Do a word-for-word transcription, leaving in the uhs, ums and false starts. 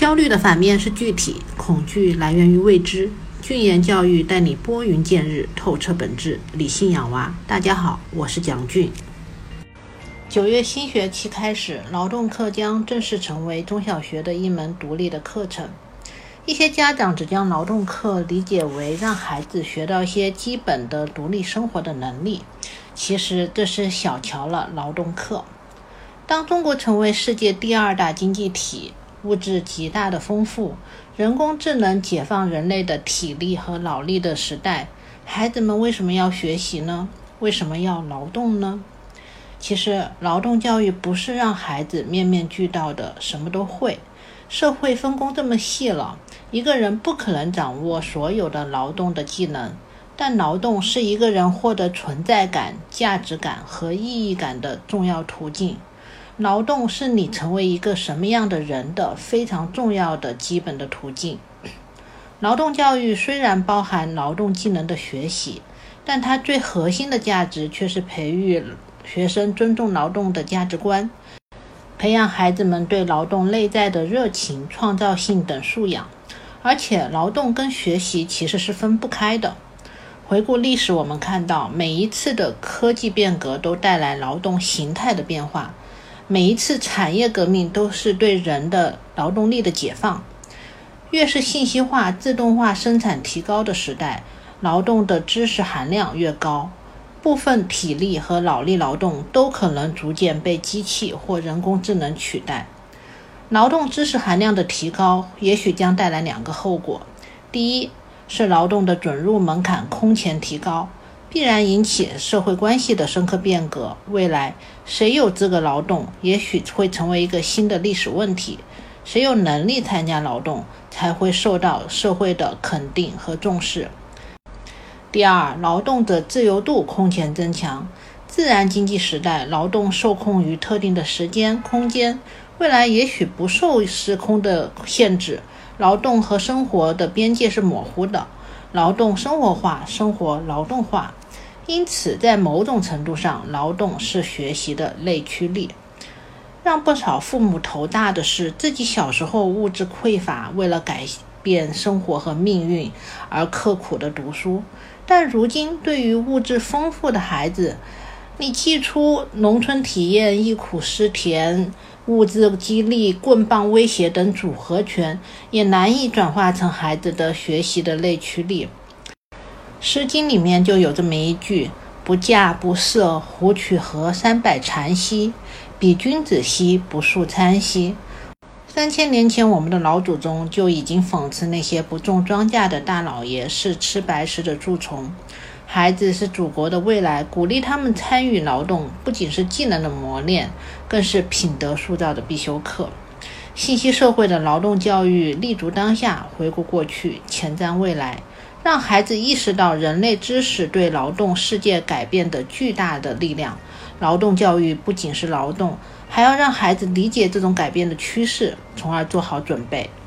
焦虑的反面是具体，恐惧来源于未知。俊言教育带你拨云见日，透彻本质，理性养娃。大家好，我是蒋俊。九月新学期开始，劳动课将正式成为中小学的一门独立的课程。一些家长只将劳动课理解为让孩子学到一些基本的独立生活的能力，其实这是小瞧了劳动课。当中国成为世界第二大经济体，物质极大的丰富，人工智能解放人类的体力和脑力的时代，孩子们为什么要学习呢？为什么要劳动呢？其实劳动教育不是让孩子面面俱到的什么都会，社会分工这么细了，一个人不可能掌握所有的劳动的技能，但劳动是一个人获得存在感、价值感和意义感的重要途径。劳动是你成为一个什么样的人的非常重要的基本的途径。劳动教育虽然包含劳动技能的学习，但它最核心的价值却是培育学生尊重劳动的价值观，培养孩子们对劳动内在的热情、创造性等素养。而且劳动跟学习其实是分不开的。回顾历史，我们看到每一次的科技变革都带来劳动形态的变化，每一次产业革命都是对人的劳动力的解放。越是信息化、自动化生产提高的时代，劳动的知识含量越高，部分体力和脑力劳动都可能逐渐被机器或人工智能取代。劳动知识含量的提高也许将带来两个后果。第一，是劳动的准入门槛空前提高，必然引起社会关系的深刻变革。未来谁有资格劳动，也许会成为一个新的历史问题。谁有能力参加劳动，才会受到社会的肯定和重视。第二，劳动的自由度空前增强。自然经济时代，劳动受控于特定的时间、空间，未来也许不受时空的限制，劳动和生活的边界是模糊的，劳动生活化，生活劳动化。因此在某种程度上，劳动是学习的内驱力。让不少父母头大的是，自己小时候物质匮乏，为了改变生活和命运而刻苦的读书，但如今对于物质丰富的孩子，你寄出农村体验、忆苦思甜、物质激励、棍棒威胁等组合拳，也难以转化成孩子的学习的内驱力。诗经里面就有这么一句：不嫁不色，胡曲和三百禅兮，比君子兮，不素餐兮。三千年前，我们的老祖宗就已经讽刺那些不种庄稼的大老爷是吃白食的蛀虫。孩子是祖国的未来，鼓励他们参与劳动，不仅是技能的磨练，更是品德塑造的必修课。信息社会的劳动教育立足当下，回顾过去，前瞻未来，让孩子意识到人类知识对劳动世界改变的巨大的力量。劳动教育不仅是劳动，还要让孩子理解这种改变的趋势，从而做好准备。